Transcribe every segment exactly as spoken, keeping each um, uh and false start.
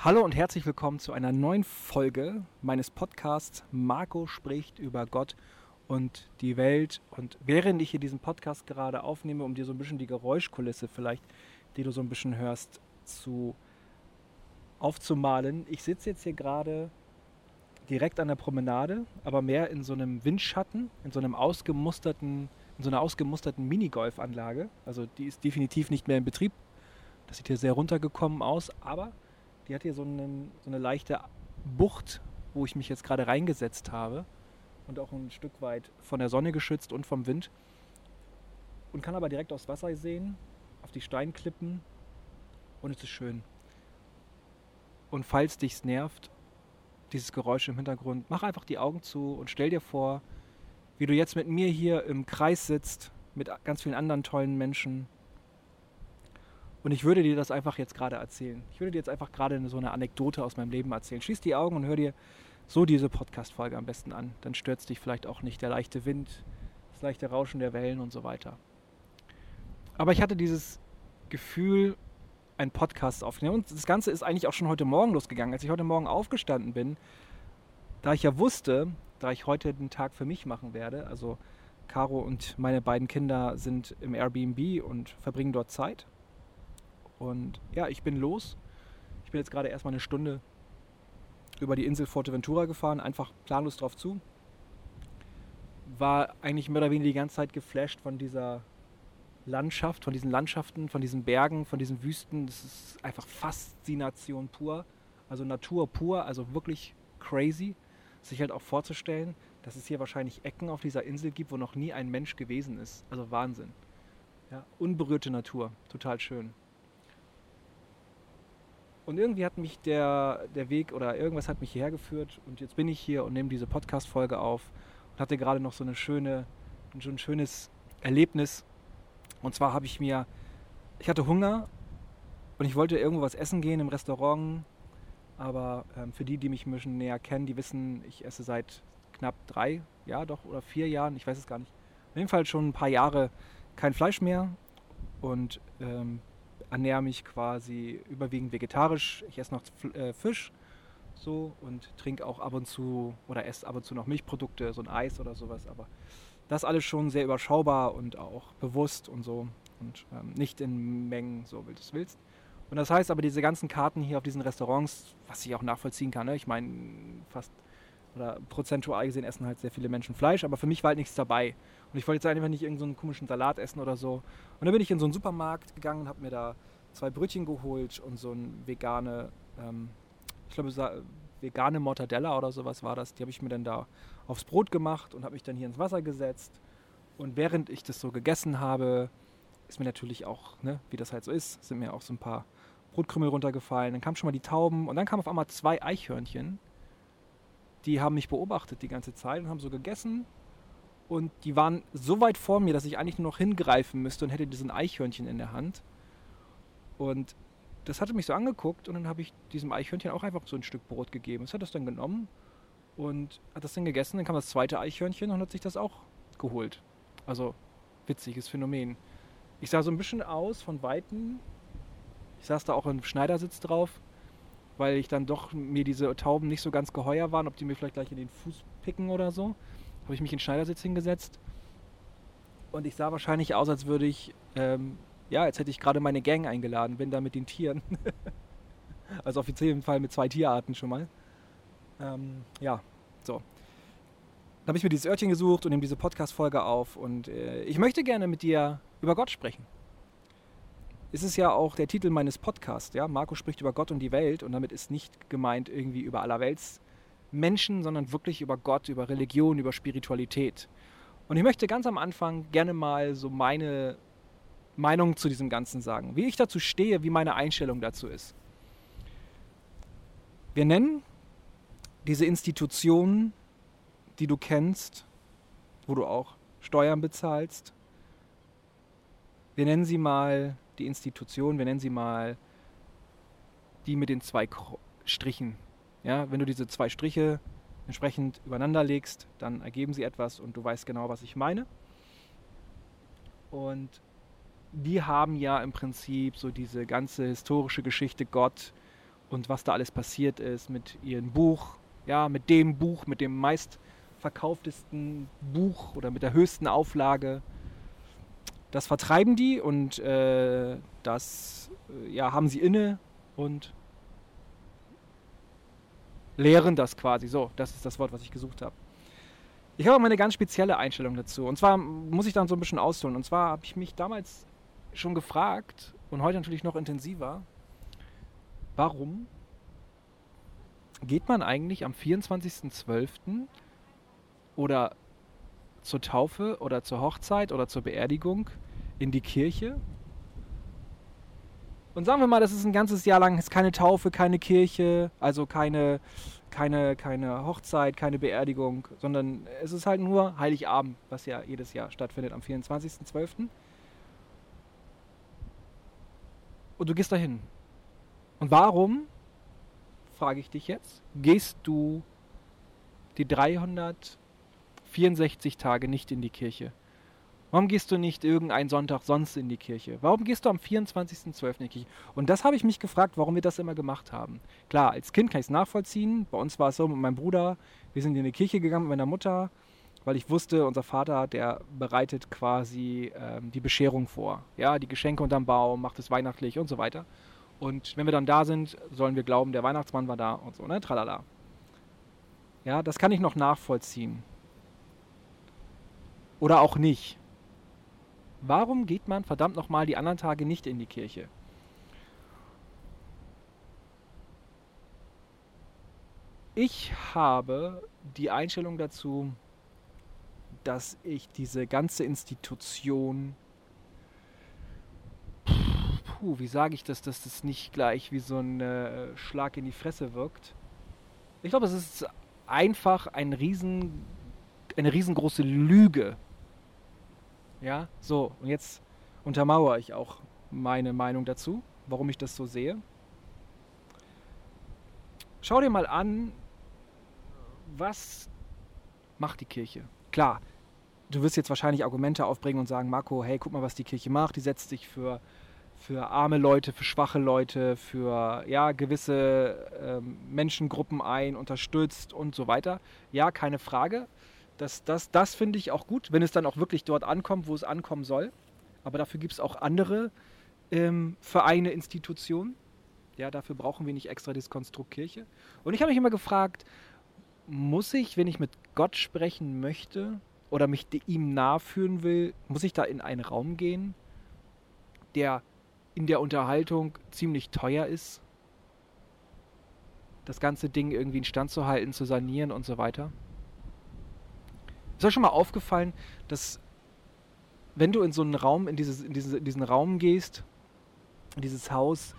Hallo und herzlich willkommen zu einer neuen Folge meines Podcasts Marco spricht über Gott und die Welt. Und während ich hier diesen Podcast gerade aufnehme, um dir so ein bisschen die Geräuschkulisse vielleicht, die du so ein bisschen hörst, zu aufzumalen. Ich sitze jetzt hier gerade direkt an der Promenade, aber mehr in so einem Windschatten, in so einem ausgemusterten, in so einer ausgemusterten Minigolfanlage. Also die ist definitiv nicht mehr in Betrieb. Das sieht hier sehr runtergekommen aus, aber die hat hier so, einen, so eine leichte Bucht, wo ich mich jetzt gerade reingesetzt habe und auch ein Stück weit von der Sonne geschützt und vom Wind und kann aber direkt aufs Wasser sehen, auf die Steinklippen und es ist schön. Und falls dich's nervt, dieses Geräusch im Hintergrund, mach einfach die Augen zu und stell dir vor, wie du jetzt mit mir hier im Kreis sitzt, mit ganz vielen anderen tollen Menschen. Und ich würde dir das einfach jetzt gerade erzählen. Ich würde dir jetzt einfach gerade so eine Anekdote aus meinem Leben erzählen. Schließ die Augen und hör dir so diese Podcast-Folge am besten an. Dann stört dich vielleicht auch nicht der leichte Wind, das leichte Rauschen der Wellen und so weiter. Aber ich hatte dieses Gefühl, einen Podcast aufzunehmen. Und das Ganze ist eigentlich auch schon heute Morgen losgegangen. Als ich heute Morgen aufgestanden bin, da ich ja wusste, da ich heute den Tag für mich machen werde, also Caro und meine beiden Kinder sind im Airbnb und verbringen dort Zeit. Und ja, ich bin los. Ich bin jetzt gerade erstmal eine Stunde über die Insel Fuerteventura gefahren, einfach planlos drauf zu. War eigentlich mehr oder weniger die ganze Zeit geflasht von dieser Landschaft, von diesen Landschaften, von diesen Bergen, von diesen Wüsten. Das ist einfach Faszination pur, also Natur pur, also wirklich crazy, sich halt auch vorzustellen, dass es hier wahrscheinlich Ecken auf dieser Insel gibt, wo noch nie ein Mensch gewesen ist. Also Wahnsinn. Ja, unberührte Natur, total schön. Und irgendwie hat mich der, der Weg oder irgendwas hat mich hierher geführt und jetzt bin ich hier und nehme diese Podcast-Folge auf und hatte gerade noch so eine schöne, so ein schönes Erlebnis. Und zwar habe ich mir, ich hatte Hunger und ich wollte irgendwo was essen gehen im Restaurant, aber ähm, für die, die mich ein bisschen näher kennen, die wissen, ich esse seit knapp drei, ja doch, oder vier Jahren, ich weiß es gar nicht. Auf jeden Fall schon ein paar Jahre kein Fleisch mehr und ähm, ernähre mich quasi überwiegend vegetarisch. Ich esse noch äh, Fisch so und trinke auch ab und zu oder esse ab und zu noch Milchprodukte, so ein Eis oder sowas. Aber das alles schon sehr überschaubar und auch bewusst und so und ähm, nicht in Mengen, so wie du es willst. Und das heißt aber, diese ganzen Karten hier auf diesen Restaurants, was ich auch nachvollziehen kann, ne? Ich meine, fast oder prozentual gesehen essen halt sehr viele Menschen Fleisch, aber für mich war halt nichts dabei. Und ich wollte jetzt einfach nicht irgendeinen so komischen Salat essen oder so. Und dann bin ich in so einen Supermarkt gegangen und habe mir da zwei Brötchen geholt und so ein vegane, ähm, ich glaube, vegane Mortadella oder sowas war das. Die habe ich mir dann da aufs Brot gemacht und habe mich dann hier ins Wasser gesetzt. Und während ich das so gegessen habe, ist mir natürlich auch, ne, wie das halt so ist, sind mir auch so ein paar Brotkrümel runtergefallen. Dann kamen schon mal die Tauben und dann kamen auf einmal zwei Eichhörnchen. Die haben mich beobachtet die ganze Zeit und haben so gegessen. Und die waren so weit vor mir, dass ich eigentlich nur noch hingreifen müsste und hätte diesen Eichhörnchen in der Hand. Und das hatte mich so angeguckt und dann habe ich diesem Eichhörnchen auch einfach so ein Stück Brot gegeben. Das hat das dann genommen und hat das dann gegessen. Dann kam das zweite Eichhörnchen und hat sich das auch geholt. Also witziges Phänomen. Ich sah so ein bisschen aus von Weitem. Ich saß da auch im Schneidersitz drauf, weil ich dann doch mir diese Tauben nicht so ganz geheuer waren, ob die mir vielleicht gleich in den Fuß picken oder so. Habe ich mich in den Schneidersitz hingesetzt und ich sah wahrscheinlich aus, als würde ich, ähm, ja, als hätte ich gerade meine Gang eingeladen, bin da mit den Tieren. Also offiziell im Fall mit zwei Tierarten schon mal. Ähm, ja, so. Dann habe ich mir dieses Örtchen gesucht und nehme diese Podcast-Folge auf und äh, ich möchte gerne mit dir über Gott sprechen. Es ist ja auch der Titel meines Podcasts, ja, Marco spricht über Gott und die Welt und damit ist nicht gemeint irgendwie über allerwelts Menschen, sondern wirklich über Gott, über Religion, über Spiritualität. Und ich möchte ganz am Anfang gerne mal so meine Meinung zu diesem Ganzen sagen, wie ich dazu stehe, wie meine Einstellung dazu ist. Wir nennen diese Institutionen, die du kennst, wo du auch Steuern bezahlst, wir nennen sie mal die Institution, wir nennen sie mal die mit den zwei Strichen. Ja, wenn du diese zwei Striche entsprechend übereinander legst, dann ergeben sie etwas und du weißt genau, was ich meine. Und die haben ja im Prinzip so diese ganze historische Geschichte Gott und was da alles passiert ist mit ihrem Buch, ja, mit dem Buch, mit dem meistverkauftesten Buch oder mit der höchsten Auflage. Das vertreiben die und äh, das äh, ja, haben sie inne und lehren das quasi. So, das ist das Wort, was ich gesucht habe. Ich habe auch mal eine ganz spezielle Einstellung dazu. Und zwar muss ich dann so ein bisschen ausholen. Und zwar habe ich mich damals schon gefragt und heute natürlich noch intensiver, warum geht man eigentlich am vierundzwanzigsten zwölften oder zur Taufe oder zur Hochzeit oder zur Beerdigung in die Kirche? Und sagen wir mal, das ist ein ganzes Jahr lang, ist keine Taufe, keine Kirche, also keine, keine, keine Hochzeit, keine Beerdigung, sondern es ist halt nur Heiligabend, was ja jedes Jahr stattfindet am vierundzwanzigsten zwölften Und du gehst dahin. Und warum, frage ich dich jetzt, gehst du die dreihundertvierundsechzig Tage nicht in die Kirche? Warum gehst du nicht irgendeinen Sonntag sonst in die Kirche? Warum gehst du am vierundzwanzigsten zwölften in die Kirche? Und das habe ich mich gefragt, warum wir das immer gemacht haben. Klar, als Kind kann ich es nachvollziehen. Bei uns war es so mit meinem Bruder. Wir sind in die Kirche gegangen mit meiner Mutter, weil ich wusste, unser Vater, der bereitet quasi ähm, die Bescherung vor. Ja, die Geschenke unterm Baum, macht es weihnachtlich und so weiter. Und wenn wir dann da sind, sollen wir glauben, der Weihnachtsmann war da und so, ne? Tralala. Ja, das kann ich noch nachvollziehen. Oder auch nicht. Warum geht man verdammt nochmal die anderen Tage nicht in die Kirche? Ich habe die Einstellung dazu, dass ich diese ganze Institution, puh, wie sage ich das, dass das nicht gleich wie so ein äh, Schlag in die Fresse wirkt? Ich glaube, es ist einfach ein riesen, eine riesengroße Lüge. Ja, so, und jetzt untermauere ich auch meine Meinung dazu, warum ich das so sehe. Schau dir mal an, was macht die Kirche? Klar, du wirst jetzt wahrscheinlich Argumente aufbringen und sagen, Marco, hey, guck mal, was die Kirche macht. Die setzt sich für, für arme Leute, für schwache Leute, für ja, gewisse ähm, Menschengruppen ein, unterstützt und so weiter. Ja, keine Frage. Das, das, das finde ich auch gut, wenn es dann auch wirklich dort ankommt, wo es ankommen soll. Aber dafür gibt es auch andere ähm, Vereine, Institutionen. Ja, dafür brauchen wir nicht extra das Konstrukt Kirche. Und ich habe mich immer gefragt, muss ich, wenn ich mit Gott sprechen möchte oder mich ihm nahe führen will, muss ich da in einen Raum gehen, der in der Unterhaltung ziemlich teuer ist? Das ganze Ding irgendwie in Stand zu halten, zu sanieren und so weiter. Ist euch schon mal aufgefallen, dass wenn du in so einen Raum, in, dieses, in, diese, in diesen Raum gehst, in dieses Haus,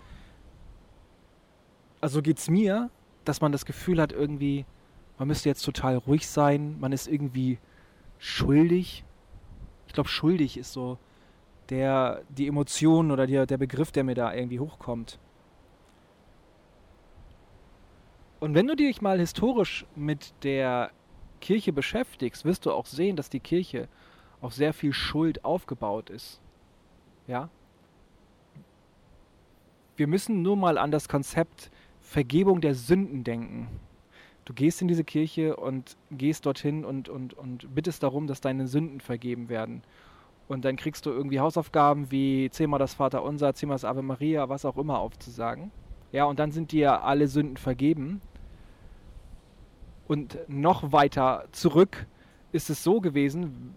also geht es mir, dass man das Gefühl hat, irgendwie, man müsste jetzt total ruhig sein, man ist irgendwie schuldig. Ich glaube, schuldig ist so der, die Emotion oder der, der Begriff, der mir da irgendwie hochkommt. Und wenn du dich mal historisch mit der Kirche beschäftigst, wirst du auch sehen, dass die Kirche auf sehr viel Schuld aufgebaut ist. Ja? Wir müssen nur mal an das Konzept Vergebung der Sünden denken. Du gehst in diese Kirche und gehst dorthin und, und, und bittest darum, dass deine Sünden vergeben werden. Und dann kriegst du irgendwie Hausaufgaben wie zehnmal das Vaterunser, zehnmal das Ave Maria, was auch immer aufzusagen. Ja, und dann sind dir alle Sünden vergeben. Und noch weiter zurück ist es so gewesen,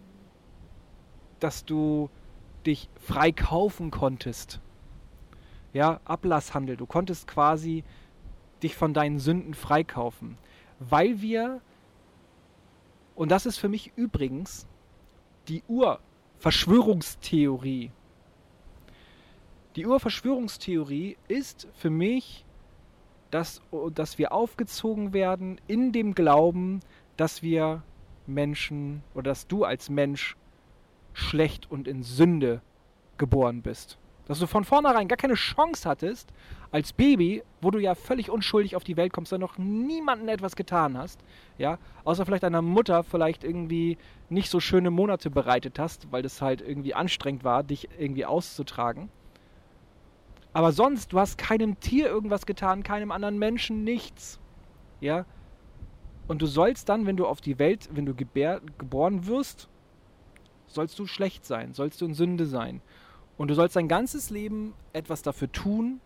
dass du dich frei kaufen konntest. Ja, Ablasshandel. Du konntest quasi dich von deinen Sünden freikaufen. Weil wir, und das ist für mich übrigens die Urverschwörungstheorie. Die Urverschwörungstheorie ist für mich, dass, dass wir aufgezogen werden in dem Glauben, dass wir Menschen oder dass du als Mensch schlecht und in Sünde geboren bist. Dass du von vornherein gar keine Chance hattest, als Baby, wo du ja völlig unschuldig auf die Welt kommst, da noch niemandem etwas getan hast, ja, außer vielleicht deiner Mutter vielleicht irgendwie nicht so schöne Monate bereitet hast, weil das halt irgendwie anstrengend war, dich irgendwie auszutragen. Aber sonst, du hast keinem Tier irgendwas getan, keinem anderen Menschen nichts. Ja? Und du sollst dann, wenn du auf die Welt, wenn du gebär, geboren wirst, sollst du schlecht sein, sollst du in Sünde sein. Und du sollst dein ganzes Leben etwas dafür tun,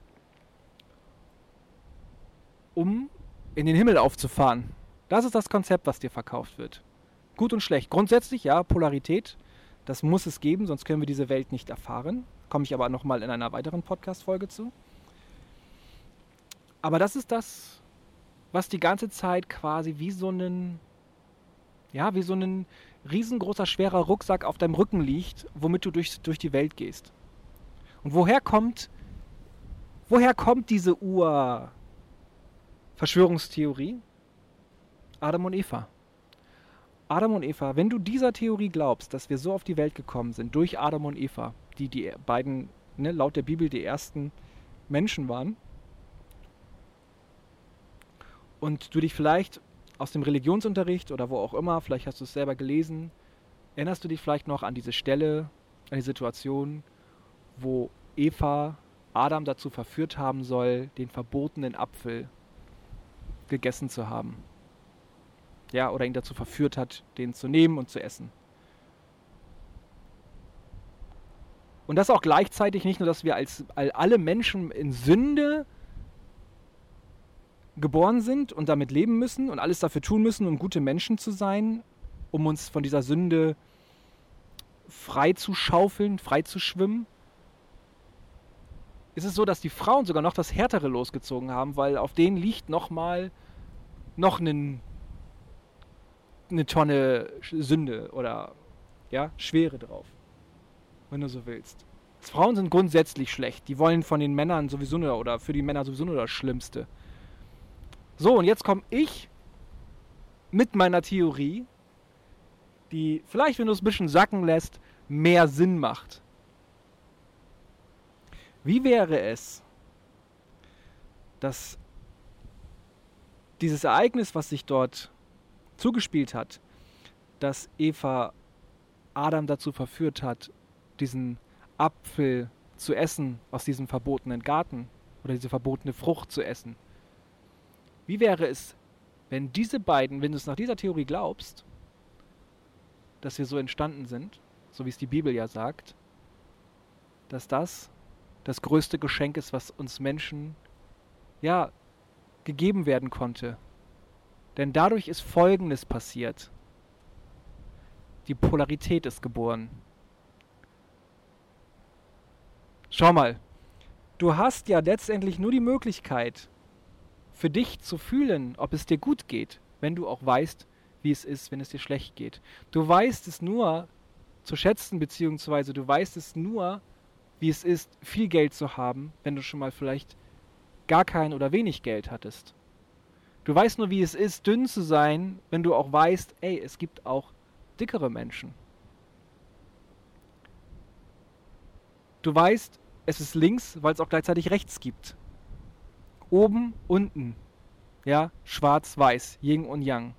um in den Himmel aufzufahren. Das ist das Konzept, was dir verkauft wird. Gut und schlecht. Grundsätzlich, ja, Polarität, das muss es geben, sonst können wir diese Welt nicht erfahren. Komme ich aber nochmal in einer weiteren Podcast-Folge zu. Aber das ist das, was die ganze Zeit quasi wie so ein, ja, wie so ein riesengroßer, schwerer Rucksack auf deinem Rücken liegt, womit du durch, durch die Welt gehst. Und woher kommt, woher kommt diese Ur-Verschwörungstheorie? Adam und Eva. Adam und Eva, wenn du dieser Theorie glaubst, dass wir so auf die Welt gekommen sind, durch Adam und Eva, die die beiden, ne, laut der Bibel die ersten Menschen waren, und du dich vielleicht aus dem Religionsunterricht oder wo auch immer, vielleicht hast du es selber gelesen, erinnerst du dich vielleicht noch an diese Stelle, an die Situation, wo Eva Adam dazu verführt haben soll, den verbotenen Apfel gegessen zu haben. Ja, oder ihn dazu verführt hat, den zu nehmen und zu essen. Und das auch gleichzeitig nicht nur, dass wir als alle Menschen in Sünde geboren sind und damit leben müssen und alles dafür tun müssen, um gute Menschen zu sein, um uns von dieser Sünde frei zu schaufeln, frei zu schwimmen. Ist es so, dass die Frauen sogar noch das Härtere losgezogen haben, weil auf denen liegt nochmal noch einen, eine Tonne Sünde oder ja, Schwere drauf, wenn du so willst. Frauen sind grundsätzlich schlecht. Die wollen von den Männern sowieso nur, oder für die Männer sowieso nur das Schlimmste. So, und jetzt komme ich mit meiner Theorie, die vielleicht, wenn du es ein bisschen sacken lässt, mehr Sinn macht. Wie wäre es, dass dieses Ereignis, was sich dort zugespielt hat, dass Eva Adam dazu verführt hat, diesen Apfel zu essen aus diesem verbotenen Garten oder diese verbotene Frucht zu essen? Wie wäre es, wenn diese beiden, wenn du es nach dieser Theorie glaubst, dass wir so entstanden sind, so wie es die Bibel ja sagt, dass das das größte Geschenk ist, was uns Menschen, ja, gegeben werden konnte. Denn dadurch ist Folgendes passiert. Die Polarität ist geboren. Schau mal, du hast ja letztendlich nur die Möglichkeit, für dich zu fühlen, ob es dir gut geht, wenn du auch weißt, wie es ist, wenn es dir schlecht geht. Du weißt es nur zu schätzen, beziehungsweise du weißt es nur, wie es ist, viel Geld zu haben, wenn du schon mal vielleicht gar kein oder wenig Geld hattest. Du weißt nur, wie es ist, dünn zu sein, wenn du auch weißt, ey, es gibt auch dickere Menschen. Du weißt, es ist links, weil es auch gleichzeitig rechts gibt. Oben, unten. Ja, schwarz, weiß, Yin und Yang.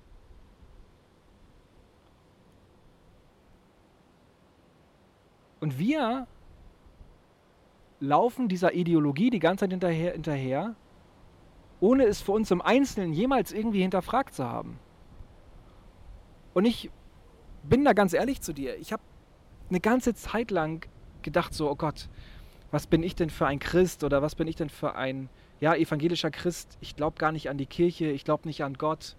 Und wir laufen dieser Ideologie die ganze Zeit hinterher, hinterher, ohne es für uns im Einzelnen jemals irgendwie hinterfragt zu haben. Und ich bin da ganz ehrlich zu dir. Ich habe eine ganze Zeit lang gedacht so, oh Gott, was bin ich denn für ein Christ oder was bin ich denn für ein, ja, evangelischer Christ? Ich glaube gar nicht an die Kirche, ich glaube nicht an Gott.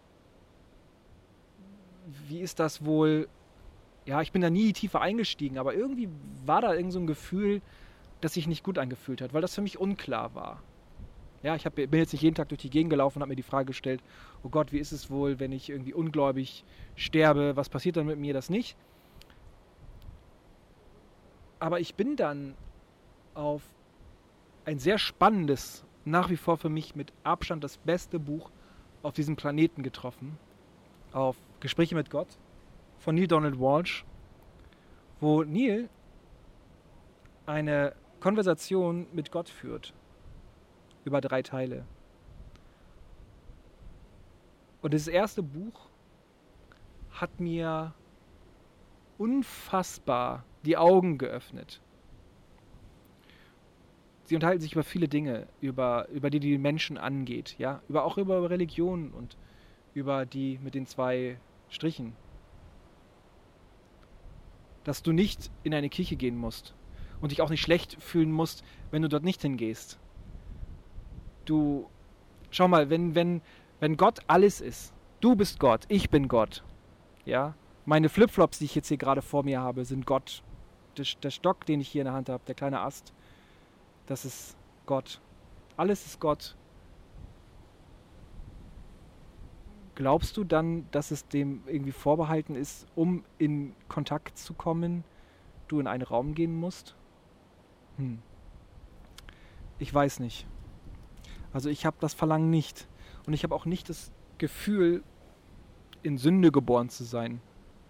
Wie ist das wohl? Ja, ich bin da nie tiefer eingestiegen, aber irgendwie war da irgend so ein Gefühl, das sich nicht gut angefühlt hat, weil das für mich unklar war. Ja, ich hab, bin jetzt nicht jeden Tag durch die Gegend gelaufen und habe mir die Frage gestellt, oh Gott, wie ist es wohl, wenn ich irgendwie ungläubig sterbe? Was passiert dann mit mir? Das nicht. Aber ich bin dann auf ein sehr spannendes, nach wie vor für mich mit Abstand das beste Buch auf diesem Planeten getroffen. Auf Gespräche mit Gott von Neil Donald Walsch, wo Neil eine Konversation mit Gott führt über drei Teile. Und das erste Buch hat mir unfassbar die Augen geöffnet. Sie unterhalten sich über viele Dinge, über, über die die Menschen angeht, ja, über, auch über Religion und über die mit den zwei Strichen. Dass du nicht in eine Kirche gehen musst und dich auch nicht schlecht fühlen musst, wenn du dort nicht hingehst. Du, schau mal, wenn, wenn, wenn Gott alles ist, du bist Gott, ich bin Gott, ja, meine Flipflops, die ich jetzt hier gerade vor mir habe, sind Gott. Der, der Stock, den ich hier in der Hand habe, der kleine Ast, das ist Gott. Alles ist Gott. Glaubst du dann, dass es dem irgendwie vorbehalten ist, um in Kontakt zu kommen, du in einen Raum gehen musst? Hm. Ich weiß nicht. Also ich habe das Verlangen nicht. Und ich habe auch nicht das Gefühl, in Sünde geboren zu sein.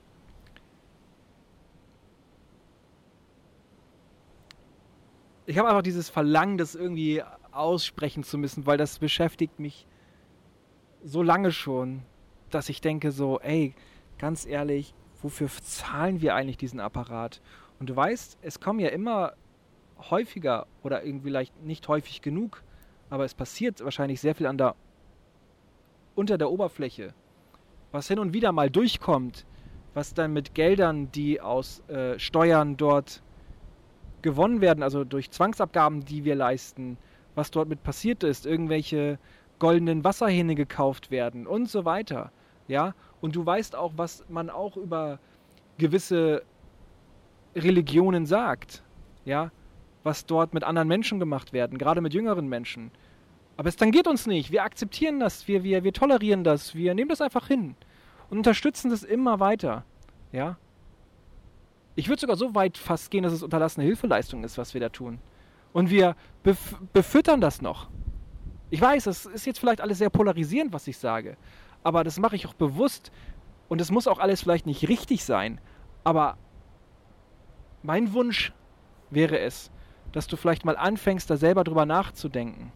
Ich habe einfach dieses Verlangen, das irgendwie aussprechen zu müssen, weil das beschäftigt mich so lange schon, dass ich denke so, ey, ganz ehrlich, wofür zahlen wir eigentlich diesen Apparat? Und du weißt, es kommen ja immer häufiger oder irgendwie vielleicht nicht häufig genug, aber es passiert wahrscheinlich sehr viel an der, unter der Oberfläche, was hin und wieder mal durchkommt, was dann mit Geldern, die aus äh, Steuern dort gewonnen werden, also durch Zwangsabgaben, die wir leisten, was dort mit passiert ist, irgendwelche goldenen Wasserhähne gekauft werden und so weiter, ja, und du weißt auch, was man auch über gewisse Religionen sagt, ja, was dort mit anderen Menschen gemacht werden, gerade mit jüngeren Menschen, aber es tangiert uns nicht, wir akzeptieren das, wir, wir, wir tolerieren das, wir nehmen das einfach hin und unterstützen das immer weiter, ja. Ich würde sogar so weit fast gehen, dass es unterlassene Hilfeleistung ist, was wir da tun. Und wir bef- befüttern das noch. Ich weiß, das ist jetzt vielleicht alles sehr polarisierend, was ich sage. Aber das mache ich auch bewusst. Und es muss auch alles vielleicht nicht richtig sein. Aber mein Wunsch wäre es, dass du vielleicht mal anfängst, da selber drüber nachzudenken.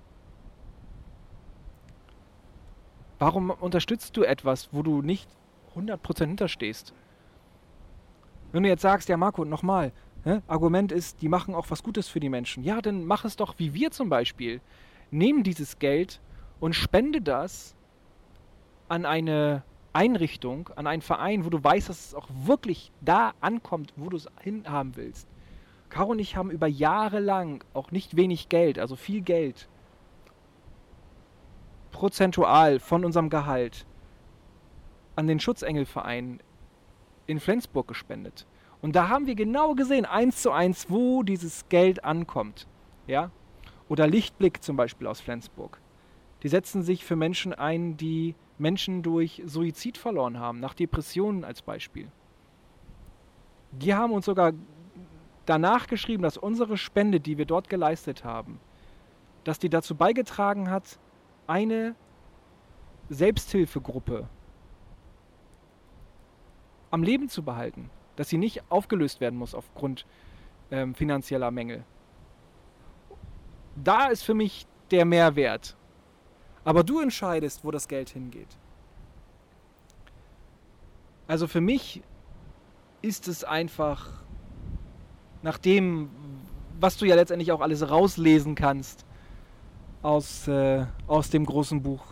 Warum unterstützt du etwas, wo du nicht hundert Prozent hinterstehst? Wenn du jetzt sagst, ja Marco, nochmal, ne, Argument ist, die machen auch was Gutes für die Menschen. Ja, dann mach es doch wie wir zum Beispiel. Nimm dieses Geld und spende das an eine Einrichtung, an einen Verein, wo du weißt, dass es auch wirklich da ankommt, wo du es hinhaben willst. Caro und ich haben über Jahre lang auch nicht wenig Geld, also viel Geld, prozentual von unserem Gehalt an den Schutzengelverein in Flensburg gespendet. Und da haben wir genau gesehen, eins zu eins, wo dieses Geld ankommt. Ja? Oder Lichtblick zum Beispiel aus Flensburg. Die setzen sich für Menschen ein, die Menschen durch Suizid verloren haben, nach Depressionen als Beispiel. Die haben uns sogar danach geschrieben, dass unsere Spende, die wir dort geleistet haben, dass die dazu beigetragen hat, eine Selbsthilfegruppe am Leben zu behalten, dass sie nicht aufgelöst werden muss aufgrund ähm, finanzieller Mängel. Da ist für mich der Mehrwert. Aber du entscheidest, wo das Geld hingeht. Also für mich ist es einfach, nach dem, was du ja letztendlich auch alles rauslesen kannst aus, äh, aus dem großen Buch,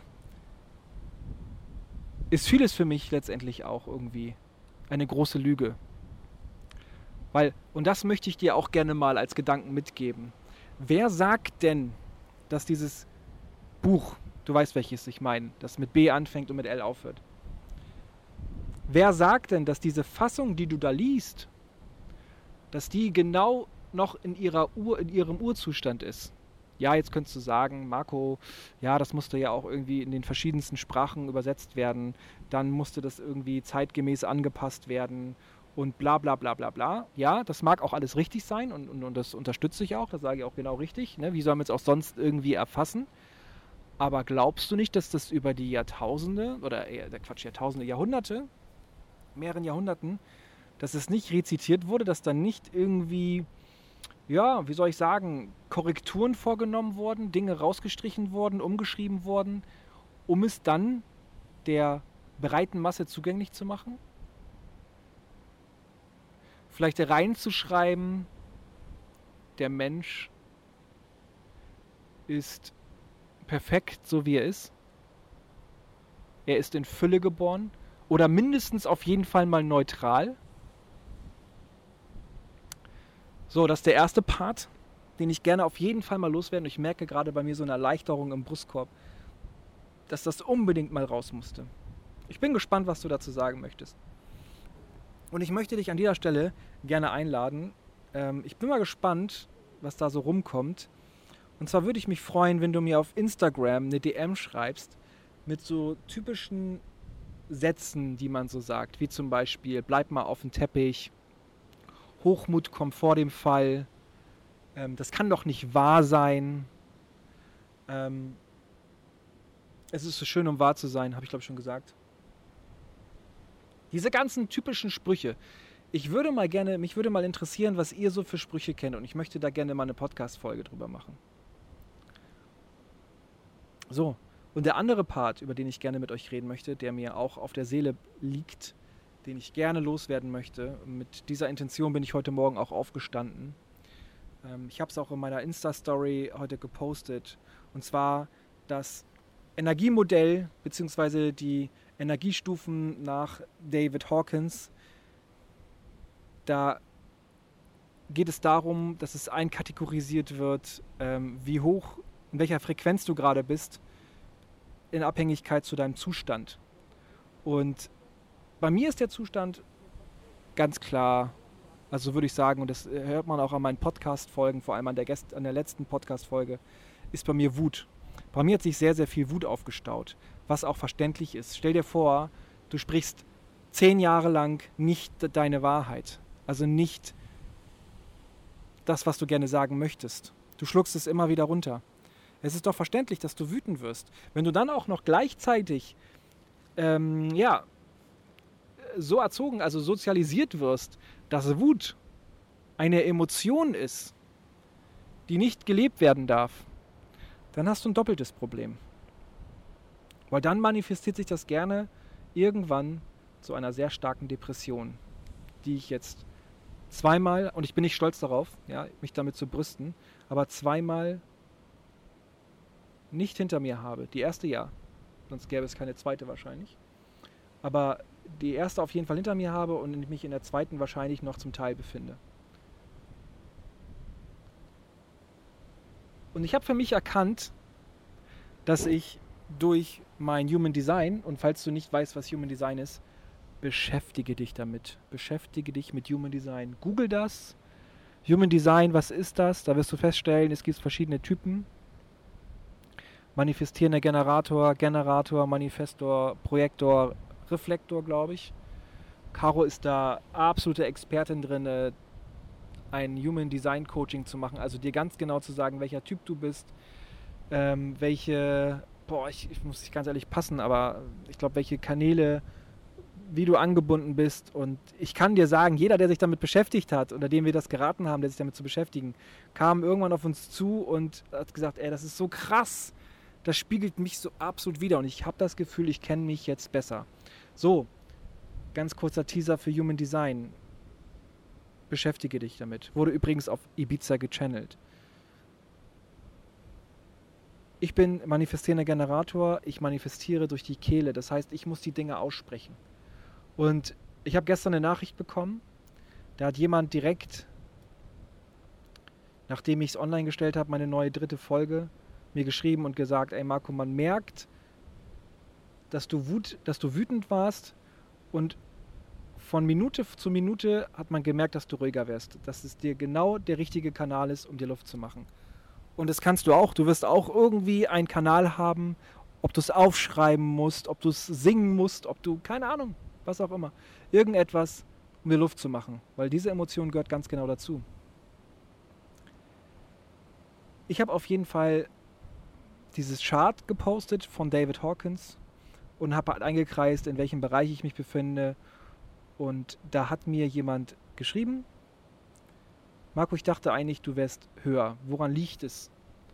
ist vieles für mich letztendlich auch irgendwie eine große Lüge. Weil, und das möchte ich dir auch gerne mal als Gedanken mitgeben. Wer sagt denn, dass dieses Buch, du weißt welches ich meine, das mit B anfängt und mit L aufhört. Wer sagt denn, dass diese Fassung, die du da liest, dass die genau noch in ihrer Ur, in ihrem Urzustand ist? Ja, jetzt könntest du sagen, Marco, ja, das musste ja auch irgendwie in den verschiedensten Sprachen übersetzt werden, dann musste das irgendwie zeitgemäß angepasst werden und bla bla bla bla bla. Ja, das mag auch alles richtig sein und, und, und das unterstütze ich auch, das sage ich auch genau richtig. Ne? Wie soll man es auch sonst irgendwie erfassen? Aber glaubst du nicht, dass das über die Jahrtausende, oder eher, Quatsch, Jahrtausende, Jahrhunderte, mehreren Jahrhunderten, dass es nicht rezitiert wurde, dass dann nicht irgendwie, ja, wie soll ich sagen, Korrekturen vorgenommen wurden, Dinge rausgestrichen wurden, umgeschrieben wurden, um es dann der breiten Masse zugänglich zu machen? Vielleicht reinzuschreiben, der Mensch ist perfekt, so wie er ist. Er ist in Fülle geboren oder mindestens auf jeden Fall mal neutral. So, das ist der erste Part, den ich gerne auf jeden Fall mal loswerde. Und ich merke gerade bei mir so eine Erleichterung im Brustkorb, dass das unbedingt mal raus musste. Ich bin gespannt, was du dazu sagen möchtest. Und ich möchte dich an dieser Stelle gerne einladen. Ähm, ich bin mal gespannt, was da so rumkommt. Und zwar würde ich mich freuen, wenn du mir auf Instagram eine D M schreibst mit so typischen Sätzen, die man so sagt. Wie zum Beispiel, bleib mal auf dem Teppich, Hochmut kommt vor dem Fall, ähm, das kann doch nicht wahr sein, ähm, es ist so schön, um wahr zu sein, habe ich glaube ich schon gesagt. Diese ganzen typischen Sprüche. Ich würde mal gerne, mich würde mal interessieren, was ihr so für Sprüche kennt und ich möchte da gerne mal eine Podcast-Folge drüber machen. So, und der andere Part, über den ich gerne mit euch reden möchte, der mir auch auf der Seele liegt, den ich gerne loswerden möchte. Mit dieser Intention bin ich heute Morgen auch aufgestanden. Ähm, ich habe es auch in meiner Insta-Story heute gepostet. Und zwar das Energiemodell bzw. die Energiestufen nach David Hawkins. Da geht es darum, dass es einkategorisiert wird, ähm, wie hoch, in welcher Frequenz du gerade bist, in Abhängigkeit zu deinem Zustand. Und bei mir ist der Zustand ganz klar, also würde ich sagen, und das hört man auch an meinen Podcast-Folgen, vor allem an der, Gäst- an der letzten Podcast-Folge, ist bei mir Wut. Bei mir hat sich sehr, sehr viel Wut aufgestaut, was auch verständlich ist. Stell dir vor, du sprichst zehn Jahre lang nicht deine Wahrheit, also nicht das, was du gerne sagen möchtest. Du schluckst es immer wieder runter. Es ist doch verständlich, dass du wütend wirst. Wenn du dann auch noch gleichzeitig ähm, ja, so erzogen, also sozialisiert wirst, dass Wut eine Emotion ist, die nicht gelebt werden darf, dann hast du ein doppeltes Problem. Weil dann manifestiert sich das gerne irgendwann zu einer sehr starken Depression, die ich jetzt zweimal, und ich bin nicht stolz darauf, ja, mich damit zu brüsten, aber zweimal nicht hinter mir habe. Die erste ja, sonst gäbe es keine zweite wahrscheinlich. Aber die erste auf jeden Fall hinter mir habe und mich in der zweiten wahrscheinlich noch zum Teil befinde. Und ich habe für mich erkannt, dass ich durch mein Human Design, und falls du nicht weißt, was Human Design ist, beschäftige dich damit. Beschäftige dich mit Human Design. Google das. Human Design, was ist das? Da wirst du feststellen, es gibt verschiedene Typen. Manifestierender Generator, Generator, Manifestor, Projektor, Reflektor, glaube ich. Caro ist da absolute Expertin drin, ein Human Design Coaching zu machen, also dir ganz genau zu sagen, welcher Typ du bist, ähm, welche, boah, ich, ich muss ganz ehrlich passen, aber ich glaube, welche Kanäle, wie du angebunden bist. Und ich kann dir sagen, jeder, der sich damit beschäftigt hat oder dem wir das geraten haben, der sich damit zu beschäftigen, kam irgendwann auf uns zu und hat gesagt, ey, das ist so krass, das spiegelt mich so absolut wider und ich habe das Gefühl, ich kenne mich jetzt besser. So, ganz kurzer Teaser für Human Design. Beschäftige dich damit. Wurde übrigens auf Ibiza gechannelt. Ich bin manifestierender Generator, ich manifestiere durch die Kehle. Das heißt, ich muss die Dinge aussprechen. Und ich habe gestern eine Nachricht bekommen, da hat jemand direkt, nachdem ich es online gestellt habe, meine neue dritte Folge, mir geschrieben und gesagt, ey Marco, man merkt, dass du, wut, dass du wütend warst und von Minute zu Minute hat man gemerkt, dass du ruhiger wärst, dass es dir genau der richtige Kanal ist, um dir Luft zu machen. Und das kannst du auch. Du wirst auch irgendwie einen Kanal haben, ob du es aufschreiben musst, ob du es singen musst, ob du, keine Ahnung, was auch immer. Irgendetwas, um dir Luft zu machen, weil diese Emotion gehört ganz genau dazu. Ich habe auf jeden Fall dieses Chart gepostet von David Hawkins und habe halt eingekreist, in welchem Bereich ich mich befinde. Und da hat mir jemand geschrieben, Marco, ich dachte eigentlich, du wärst höher. Woran liegt es,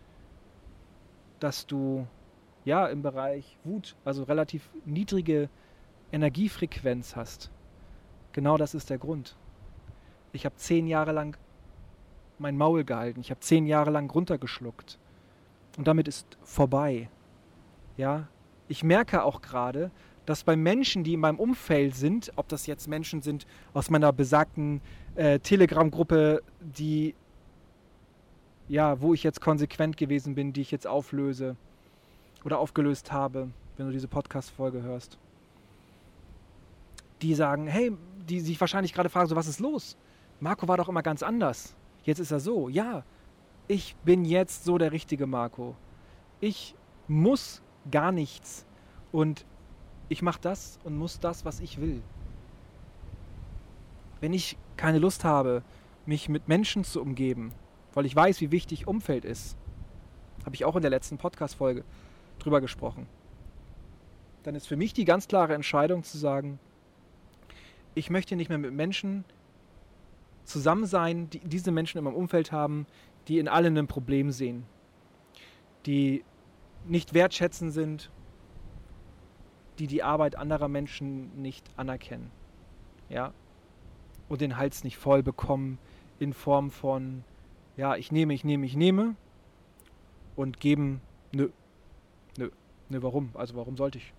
dass du ja im Bereich Wut, also relativ niedrige Energiefrequenz hast? Genau das ist der Grund. Ich habe zehn Jahre lang mein Maul gehalten. Ich habe zehn Jahre lang runtergeschluckt. und damit ist vorbei. Ja, ich merke auch gerade, dass bei Menschen, die in meinem Umfeld sind, ob das jetzt Menschen sind aus meiner besagten äh, Telegram-Gruppe, die, ja, wo ich jetzt konsequent gewesen bin, die ich jetzt auflöse oder aufgelöst habe, wenn du diese Podcast-Folge hörst, die sagen, hey, die sich wahrscheinlich gerade fragen, so, was ist los? Marco war doch immer ganz anders. Jetzt ist er so. Ja, ich bin jetzt so der richtige Marco. Ich muss gar nichts und ich mache das und muss das, was ich will. Wenn ich keine Lust habe, mich mit Menschen zu umgeben, weil ich weiß, wie wichtig Umfeld ist, habe ich auch in der letzten Podcast-Folge drüber gesprochen, dann ist für mich die ganz klare Entscheidung zu sagen, ich möchte nicht mehr mit Menschen zusammen sein, die diese Menschen in meinem Umfeld haben, die in allen ein Problem sehen, die nicht wertschätzend sind, die die Arbeit anderer Menschen nicht anerkennen, ja, und den Hals nicht voll bekommen in Form von, ja, ich nehme, ich nehme, ich nehme und geben, nö, nö, nö, warum? Also warum sollte ich?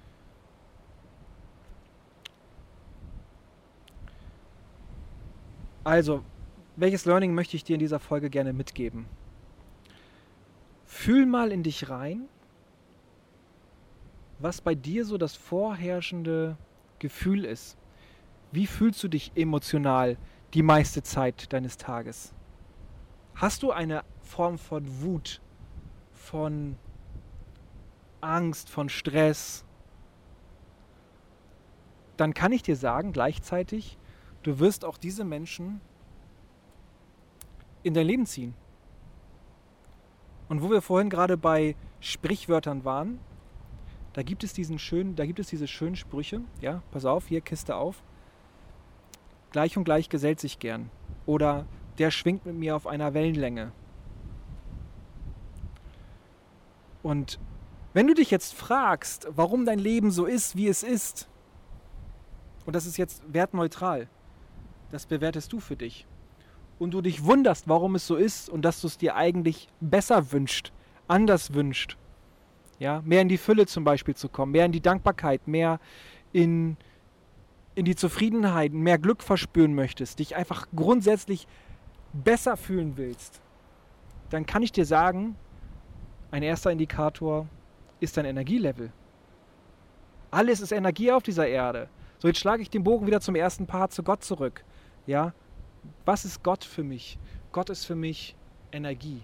Also, welches Learning möchte ich dir in dieser Folge gerne mitgeben? Fühl mal in dich rein, was bei dir so das vorherrschende Gefühl ist. Wie fühlst du dich emotional die meiste Zeit deines Tages? Hast du eine Form von Wut, von Angst, von Stress? Dann kann ich dir sagen, gleichzeitig, du wirst auch diese Menschen in dein Leben ziehen. Und wo wir vorhin gerade bei Sprichwörtern waren, da gibt es diesen schönen, da gibt es diese schönen Sprüche, ja, pass auf, hier Kiste auf. Gleich und gleich gesellt sich gern. Oder der schwingt mit mir auf einer Wellenlänge. Und wenn du dich jetzt fragst, warum dein Leben so ist, wie es ist, und das ist jetzt wertneutral, das bewertest du für dich, und du dich wunderst, warum es so ist und dass du es dir eigentlich besser wünscht, anders wünscht, ja, mehr in die Fülle zum Beispiel zu kommen, mehr in die Dankbarkeit, mehr in, in die Zufriedenheit, mehr Glück verspüren möchtest, dich einfach grundsätzlich besser fühlen willst, dann kann ich dir sagen, ein erster Indikator ist dein Energielevel. Alles ist Energie auf dieser Erde. So, jetzt schlage ich den Bogen wieder zum ersten Part, zu Gott zurück. Ja, was ist Gott für mich? Gott ist für mich Energie.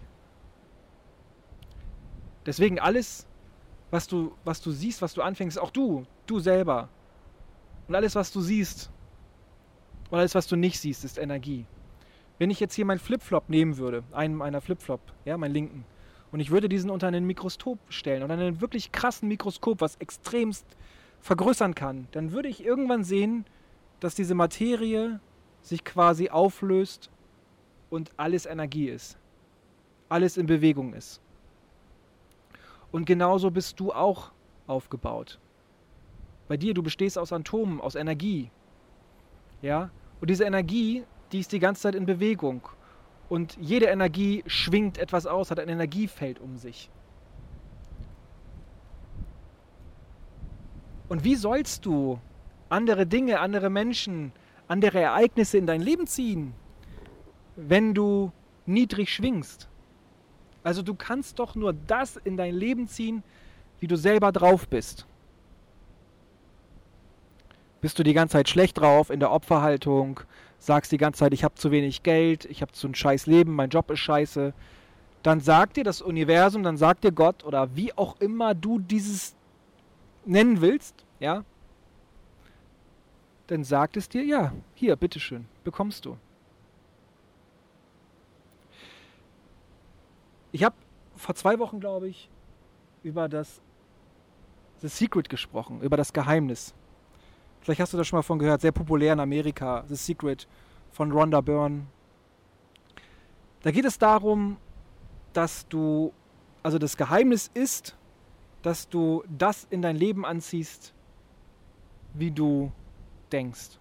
Deswegen alles, was du, was du siehst, was du anfängst, auch du, du selber. Und alles, was du siehst und alles, was du nicht siehst, ist Energie. Wenn ich jetzt hier meinen Flipflop nehmen würde, einen meiner Flipflop, ja, meinen linken, und ich würde diesen unter ein Mikroskop stellen, unter einen wirklich krassen Mikroskop, was extremst vergrößern kann, dann würde ich irgendwann sehen, dass diese Materie sich quasi auflöst und alles Energie ist. Alles in Bewegung ist. Und genauso bist du auch aufgebaut. Bei dir, du bestehst aus Atomen, aus Energie. Ja? Und diese Energie, die ist die ganze Zeit in Bewegung. Und jede Energie schwingt etwas aus, hat ein Energiefeld um sich. Und wie sollst du andere Dinge, andere Menschen, andere Ereignisse in dein Leben ziehen, wenn du niedrig schwingst? Also du kannst doch nur das in dein Leben ziehen, wie du selber drauf bist. Bist du die ganze Zeit schlecht drauf, in der Opferhaltung, sagst die ganze Zeit, ich habe zu wenig Geld, ich habe zu ein scheiß Leben, mein Job ist scheiße, dann sagt dir das Universum, dann sagt dir Gott oder wie auch immer du dieses nennen willst, ja, dann sagt es dir, ja, hier, bitteschön, bekommst du. Ich habe vor zwei Wochen, glaube ich, über das The Secret gesprochen, über das Geheimnis. Vielleicht hast du das schon mal von gehört, sehr populär in Amerika, The Secret von Rhonda Byrne. Da geht es darum, dass du, also das Geheimnis ist, dass du das in dein Leben anziehst, wie du denkst,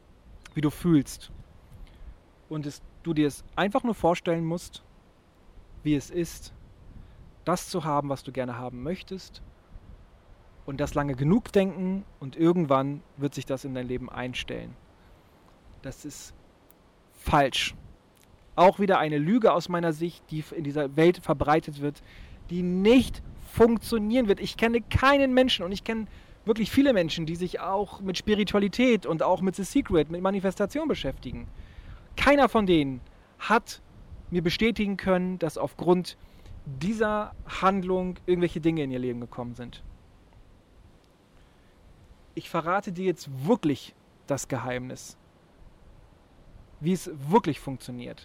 wie du fühlst. Und es, du dir es einfach nur vorstellen musst, wie es ist, das zu haben, was du gerne haben möchtest und das lange genug denken und irgendwann wird sich das in dein Leben einstellen. Das ist falsch. Auch wieder eine Lüge aus meiner Sicht, die in dieser Welt verbreitet wird, die nicht funktionieren wird. Ich kenne keinen Menschen und ich kenne wirklich viele Menschen, die sich auch mit Spiritualität und auch mit The Secret, mit Manifestation beschäftigen. Keiner von denen hat mir bestätigen können, dass aufgrund dieser Handlung irgendwelche Dinge in ihr Leben gekommen sind. Ich verrate dir jetzt wirklich das Geheimnis, wie es wirklich funktioniert.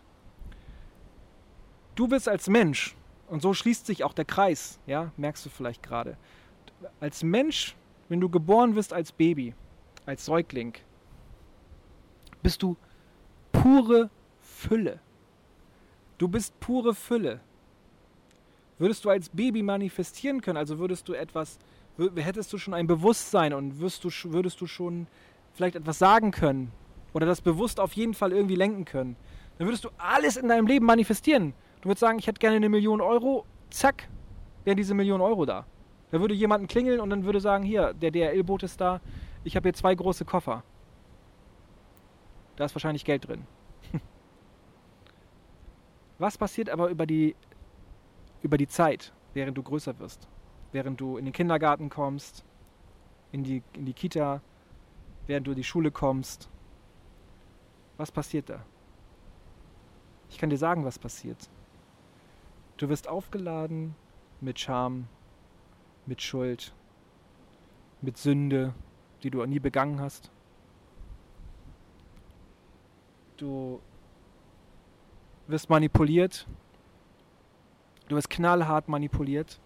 Du bist als Mensch, und so schließt sich auch der Kreis, ja, merkst du vielleicht gerade, als Mensch, wenn du geboren wirst als Baby, als Säugling, bist du pure Fülle. Du bist pure Fülle. Würdest du als Baby manifestieren können, also würdest du etwas, hättest du schon ein Bewusstsein und würdest du, würdest du schon vielleicht etwas sagen können oder das bewusst auf jeden Fall irgendwie lenken können, dann würdest du alles in deinem Leben manifestieren. Du würdest sagen, ich hätte gerne eine Million Euro, zack, wäre diese Million Euro da. Da würde jemanden klingeln und dann würde sagen, hier, der D H L-Boot ist da, ich habe hier zwei große Koffer. Da ist wahrscheinlich Geld drin. Was passiert aber über die, über die Zeit, während du größer wirst? Während du in den Kindergarten kommst, in die, in die Kita, während du in die Schule kommst. Was passiert da? Ich kann dir sagen, was passiert. Du wirst aufgeladen mit Scham, mit Schuld, mit Sünde, die du nie begangen hast. Du wirst manipuliert. Du wirst knallhart manipuliert.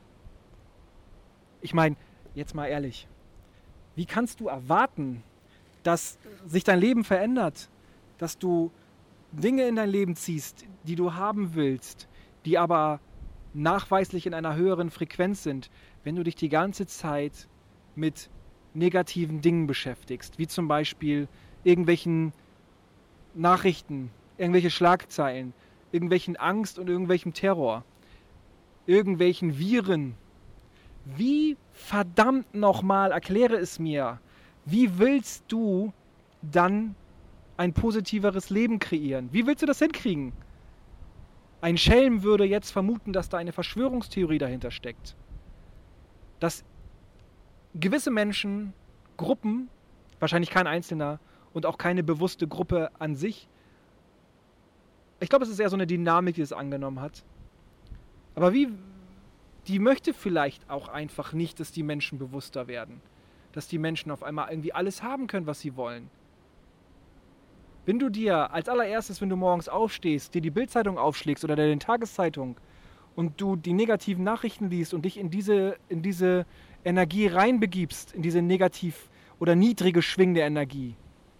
Ich meine, jetzt mal ehrlich, wie kannst du erwarten, dass sich dein Leben verändert, dass du Dinge in dein Leben ziehst, die du haben willst, die aber nachweislich in einer höheren Frequenz sind, wenn du dich die ganze Zeit mit negativen Dingen beschäftigst, wie zum Beispiel irgendwelchen Nachrichten, irgendwelche Schlagzeilen, irgendwelchen Angst und irgendwelchem Terror, irgendwelchen Viren. Wie verdammt nochmal, erkläre es mir, wie willst du dann ein positiveres Leben kreieren? Wie willst du das hinkriegen? Ein Schelm würde jetzt vermuten, dass da eine Verschwörungstheorie dahinter steckt. Dass gewisse Menschen, Gruppen, wahrscheinlich kein Einzelner und auch keine bewusste Gruppe an sich, ich glaube, es ist eher so eine Dynamik, die es angenommen hat. Aber wie, die möchte vielleicht auch einfach nicht, dass die Menschen bewusster werden. Dass die Menschen auf einmal irgendwie alles haben können, was sie wollen. Wenn du dir als allererstes, wenn du morgens aufstehst, dir die Bild-Zeitung aufschlägst oder deine Tageszeitung und du die negativen Nachrichten liest und dich in diese, in diese Energie reinbegibst, in diese negativ oder niedrige schwingende Energie,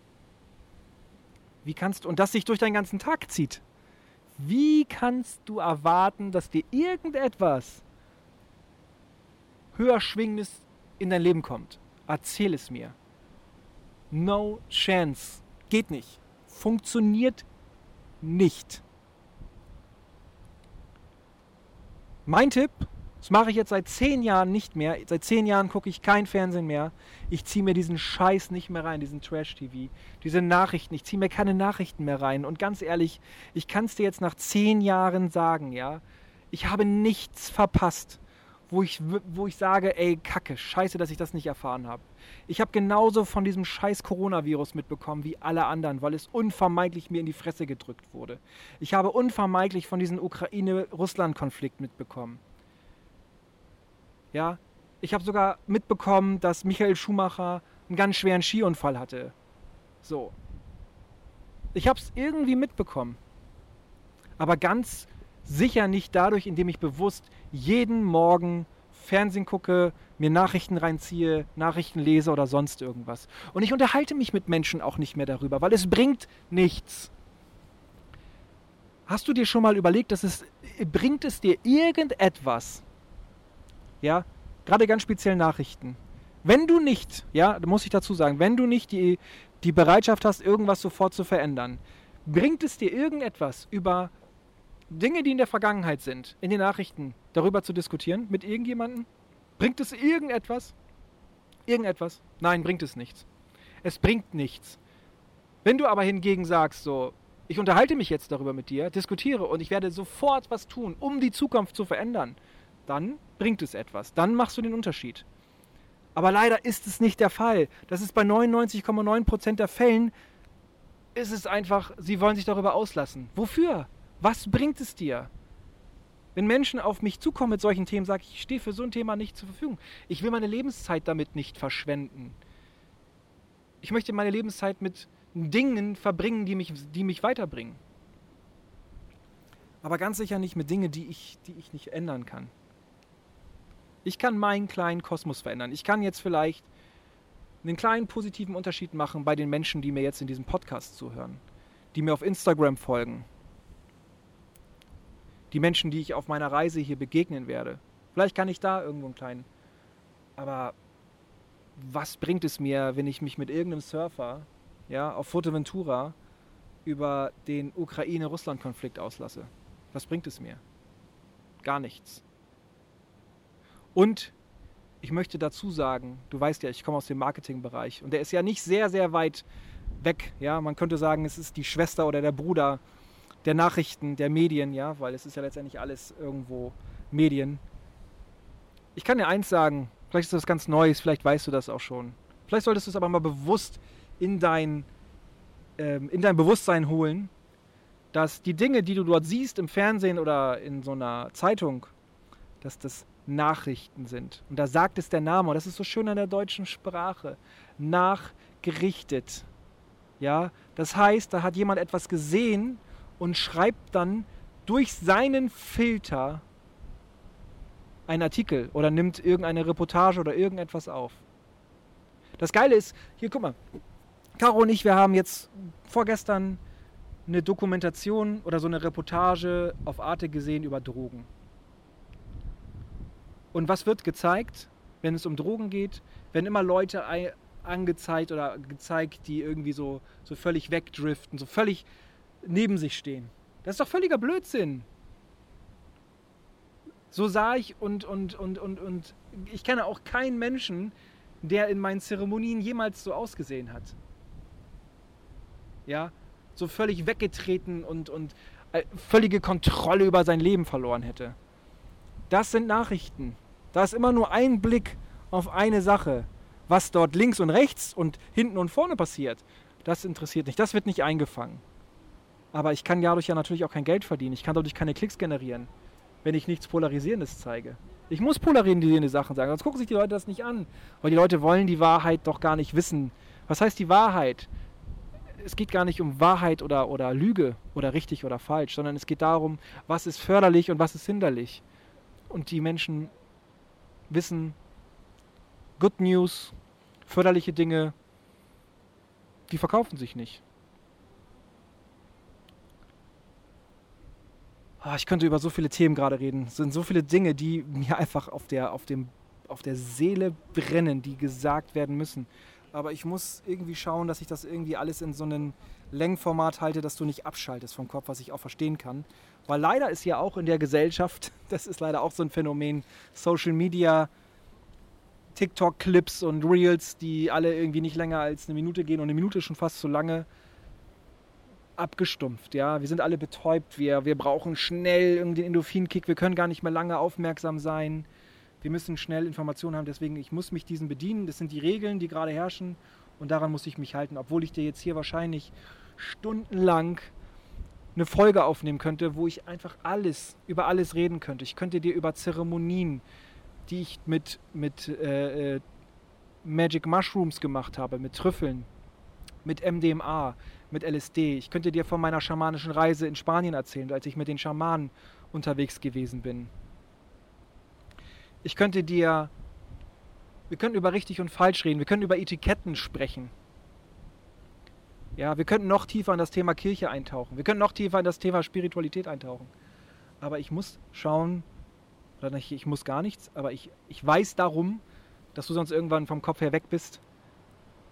wie kannst du, und das sich durch deinen ganzen Tag zieht, wie kannst du erwarten, dass dir irgendetwas höher schwingendes in dein Leben kommt? Erzähl es mir. No chance. Geht nicht. Funktioniert nicht. Mein Tipp, das mache ich jetzt seit zehn Jahren nicht mehr. Seit zehn Jahren gucke ich kein Fernsehen mehr. Ich ziehe mir diesen Scheiß nicht mehr rein, diesen Trash-T V, diese Nachrichten. Ich ziehe mir keine Nachrichten mehr rein. Und ganz ehrlich, ich kann es dir jetzt nach zehn Jahren sagen, ja, ich habe nichts verpasst, wo ich, wo ich sage, ey, Kacke, scheiße, dass ich das nicht erfahren habe. Ich habe genauso von diesem scheiß Coronavirus mitbekommen wie alle anderen, weil es unvermeidlich mir in die Fresse gedrückt wurde. Ich habe unvermeidlich von diesem Ukraine-Russland-Konflikt mitbekommen. Ja, ich habe sogar mitbekommen, dass Michael Schumacher einen ganz schweren Skiunfall hatte. So. Ich habe es irgendwie mitbekommen. Aber ganz sicher nicht dadurch, indem ich bewusst jeden Morgen Fernsehen gucke, mir Nachrichten reinziehe, Nachrichten lese oder sonst irgendwas. Und ich unterhalte mich mit Menschen auch nicht mehr darüber, weil es bringt nichts. Hast du dir schon mal überlegt, dass es bringt es dir irgendetwas? Ja, gerade ganz speziell Nachrichten. Wenn du nicht, ja, da muss ich dazu sagen, wenn du nicht die, die Bereitschaft hast, irgendwas sofort zu verändern, bringt es dir irgendetwas über Dinge, die in der Vergangenheit sind, in den Nachrichten, darüber zu diskutieren mit irgendjemandem? Bringt es irgendetwas? Irgendetwas? Nein, bringt es nichts. Es bringt nichts. Wenn du aber hingegen sagst, so, ich unterhalte mich jetzt darüber mit dir, diskutiere und ich werde sofort was tun, um die Zukunft zu verändern, dann bringt es etwas. Dann machst du den Unterschied. Aber leider ist es nicht der Fall. Das ist bei neunundneunzig Komma neun Prozent der Fällen, ist es einfach, sie wollen sich darüber auslassen. Wofür? Was bringt es dir? Wenn Menschen auf mich zukommen mit solchen Themen, sage ich, ich stehe für so ein Thema nicht zur Verfügung. Ich will meine Lebenszeit damit nicht verschwenden. Ich möchte meine Lebenszeit mit Dingen verbringen, die mich, die mich weiterbringen. Aber ganz sicher nicht mit Dingen, die ich, die ich nicht ändern kann. Ich kann meinen kleinen Kosmos verändern. Ich kann jetzt vielleicht einen kleinen positiven Unterschied machen bei den Menschen, die mir jetzt in diesem Podcast zuhören, die mir auf Instagram folgen, die Menschen, die ich auf meiner Reise hier begegnen werde. Vielleicht kann ich da irgendwo einen kleinen... Aber was bringt es mir, wenn ich mich mit irgendeinem Surfer, ja, auf Fuerteventura über den Ukraine-Russland-Konflikt auslasse? Was bringt es mir? Gar nichts. Und ich möchte dazu sagen, du weißt ja, ich komme aus dem Marketingbereich und der ist ja nicht sehr, sehr weit weg. Ja? Man könnte sagen, es ist die Schwester oder der Bruder der Nachrichten, der Medien, ja, weil es ist ja letztendlich alles irgendwo Medien. Ich kann dir eins sagen, vielleicht ist das ganz Neues, vielleicht weißt du das auch schon. Vielleicht solltest du es aber mal bewusst in dein, ähm, in dein Bewusstsein holen, dass die Dinge, die du dort siehst im Fernsehen oder in so einer Zeitung, dass das Nachrichten sind. Und da sagt es der Name, und das ist so schön an der deutschen Sprache, nachgerichtet. Ja, das heißt, da hat jemand etwas gesehen und schreibt dann durch seinen Filter einen Artikel oder nimmt irgendeine Reportage oder irgendetwas auf. Das Geile ist, hier guck mal, Caro und ich, wir haben jetzt vorgestern eine Dokumentation oder so eine Reportage auf Arte gesehen über Drogen. Und was wird gezeigt, wenn es um Drogen geht? Wenn immer Leute angezeigt oder gezeigt, die irgendwie so, so völlig wegdriften, so völlig neben sich stehen. Das ist doch völliger Blödsinn. So sah ich und, und, und, und, und ich kenne auch keinen Menschen, der in meinen Zeremonien jemals so ausgesehen hat. Ja, so völlig weggetreten und, und völlige Kontrolle über sein Leben verloren hätte. Das sind Nachrichten. Da ist immer nur ein Blick auf eine Sache. Was dort links und rechts und hinten und vorne passiert, das interessiert nicht. Das wird nicht eingefangen. Aber ich kann dadurch ja natürlich auch kein Geld verdienen. Ich kann dadurch keine Klicks generieren, wenn ich nichts Polarisierendes zeige. Ich muss polarisierende Sachen sagen, sonst gucken sich die Leute das nicht an. Weil die Leute wollen die Wahrheit doch gar nicht wissen. Was heißt die Wahrheit? Es geht gar nicht um Wahrheit oder, oder Lüge oder richtig oder falsch, sondern es geht darum, was ist förderlich und was ist hinderlich. Und die Menschen wissen, Good News, förderliche Dinge, die verkaufen sich nicht. Oh, ich könnte über so viele Themen gerade reden. Es sind so viele Dinge, die mir einfach auf der, auf dem, auf der Seele brennen, die gesagt werden müssen. Aber ich muss irgendwie schauen, dass ich das irgendwie alles in so einem Längenformat halte, dass du nicht abschaltest vom Kopf, was ich auch verstehen kann. Weil leider ist ja auch in der Gesellschaft, das ist leider auch so ein Phänomen, Social Media, TikTok-Clips und Reels, die alle irgendwie nicht länger als eine Minute gehen und eine Minute schon fast zu lange, abgestumpft. Ja? Wir sind alle betäubt, wir, wir brauchen schnell irgendwie den Endorphin-Kick, wir können gar nicht mehr lange aufmerksam sein. Wir müssen schnell Informationen haben, deswegen ich muss mich diesen bedienen. Das sind die Regeln, die gerade herrschen und daran muss ich mich halten, obwohl ich dir jetzt hier wahrscheinlich stundenlang eine Folge aufnehmen könnte, wo ich einfach alles, über alles reden könnte. Ich könnte dir über Zeremonien, die ich mit, mit äh, äh, Magic Mushrooms gemacht habe, mit Trüffeln, mit M D M A, mit L S D. Ich könnte dir von meiner schamanischen Reise in Spanien erzählen, als ich mit den Schamanen unterwegs gewesen bin. Ich könnte dir, wir können über richtig und falsch reden, wir können über Etiketten sprechen. Ja, wir könnten noch tiefer in das Thema Kirche eintauchen, wir können noch tiefer in das Thema Spiritualität eintauchen. Aber ich muss schauen, oder nicht, ich muss gar nichts, aber ich, ich weiß darum, dass du sonst irgendwann vom Kopf her weg bist,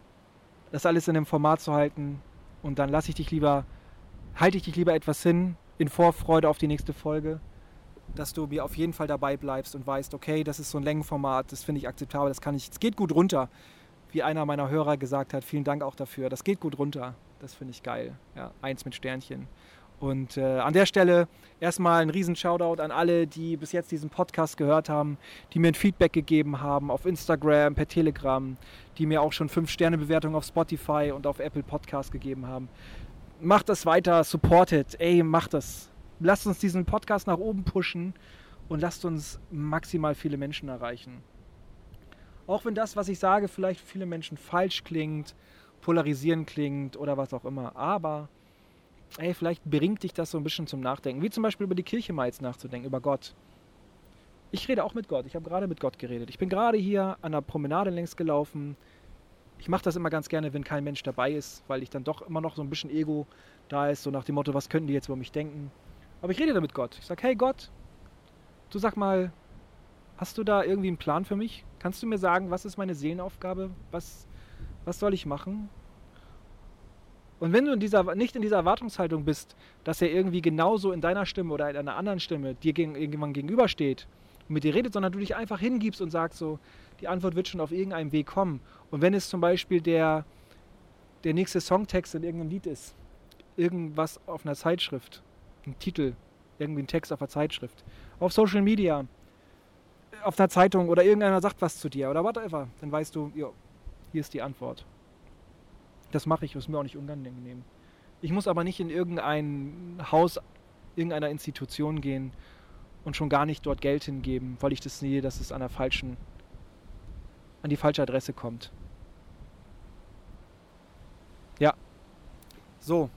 das alles in einem Format zu halten und dann lasse ich dich lieber, halte ich dich lieber etwas hin in Vorfreude auf die nächste Folge, dass du mir auf jeden Fall dabei bleibst und weißt, okay, das ist so ein Längenformat, das finde ich akzeptabel, das kann ich, es geht gut runter. Wie einer meiner Hörer gesagt hat, vielen Dank auch dafür, das geht gut runter, das finde ich geil. Ja, eins mit Sternchen. Und äh, an der Stelle erstmal ein riesen Shoutout an alle, die bis jetzt diesen Podcast gehört haben, die mir ein Feedback gegeben haben auf Instagram, per Telegram, die mir auch schon fünf Sterne Bewertungen auf Spotify und auf Apple Podcast gegeben haben. Macht das weiter, supportet, ey, macht das. Lasst uns diesen Podcast nach oben pushen und lasst uns maximal viele Menschen erreichen. Auch wenn das, was ich sage, vielleicht für viele Menschen falsch klingt, polarisierend klingt oder was auch immer, aber ey, vielleicht bringt dich das so ein bisschen zum Nachdenken. Wie zum Beispiel über die Kirche mal jetzt nachzudenken, über Gott. Ich rede auch mit Gott. Ich habe gerade mit Gott geredet. Ich bin gerade hier an der Promenade längs gelaufen. Ich mache das immer ganz gerne, wenn kein Mensch dabei ist, weil ich dann doch immer noch so ein bisschen Ego da ist, so nach dem Motto, was könnten die jetzt über mich denken? Aber ich rede da mit Gott. Ich sage, hey Gott, du sag mal, hast du da irgendwie einen Plan für mich? Kannst du mir sagen, was ist meine Seelenaufgabe? Was, was soll ich machen? Und wenn du in dieser, nicht in dieser Erwartungshaltung bist, dass er irgendwie genauso in deiner Stimme oder in einer anderen Stimme dir gegen, irgendwann gegenübersteht und mit dir redet, sondern du dich einfach hingibst und sagst so, die Antwort wird schon auf irgendeinem Weg kommen. Und wenn es zum Beispiel der, der nächste Songtext in irgendeinem Lied ist, irgendwas auf einer Zeitschrift, ein Titel, irgendwie ein Text auf einer Zeitschrift, auf Social Media, auf einer Zeitung oder irgendeiner sagt was zu dir oder whatever, dann weißt du, jo, hier ist die Antwort. Das mache ich, ist mir auch nicht unangenehm. Ich muss aber nicht in irgendein Haus irgendeiner Institution gehen und schon gar nicht dort Geld hingeben, weil ich das sehe, dass es an der falschen, an die falsche Adresse kommt. Ja. So.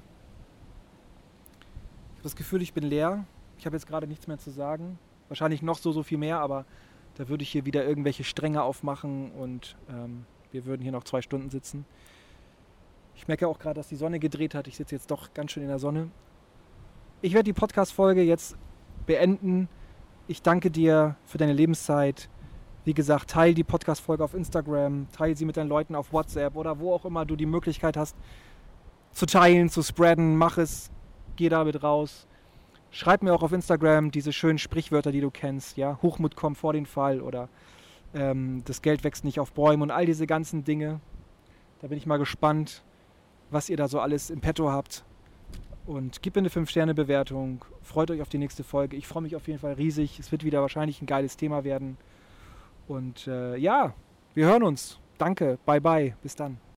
Ich habe das Gefühl, ich bin leer. Ich habe jetzt gerade nichts mehr zu sagen. Wahrscheinlich noch so, so viel mehr, aber da würde ich hier wieder irgendwelche Stränge aufmachen und ähm, wir würden hier noch zwei Stunden sitzen. Ich merke auch gerade, dass die Sonne gedreht hat. Ich sitze jetzt doch ganz schön in der Sonne. Ich werde die Podcast-Folge jetzt beenden. Ich danke dir für deine Lebenszeit. Wie gesagt, teile die Podcast-Folge auf Instagram, teile sie mit deinen Leuten auf WhatsApp oder wo auch immer du die Möglichkeit hast zu teilen, zu spreaden. Mach es, geh damit raus. Schreib mir auch auf Instagram diese schönen Sprichwörter, die du kennst. Ja? Hochmut kommt vor den Fall oder ähm, das Geld wächst nicht auf Bäumen und all diese ganzen Dinge. Da bin ich mal gespannt, was ihr da so alles im Petto habt. Und gebt mir eine fünf Sterne Bewertung. Freut euch auf die nächste Folge. Ich freue mich auf jeden Fall riesig. Es wird wieder wahrscheinlich ein geiles Thema werden. Und äh, ja, wir hören uns. Danke. Bye, bye. Bis dann.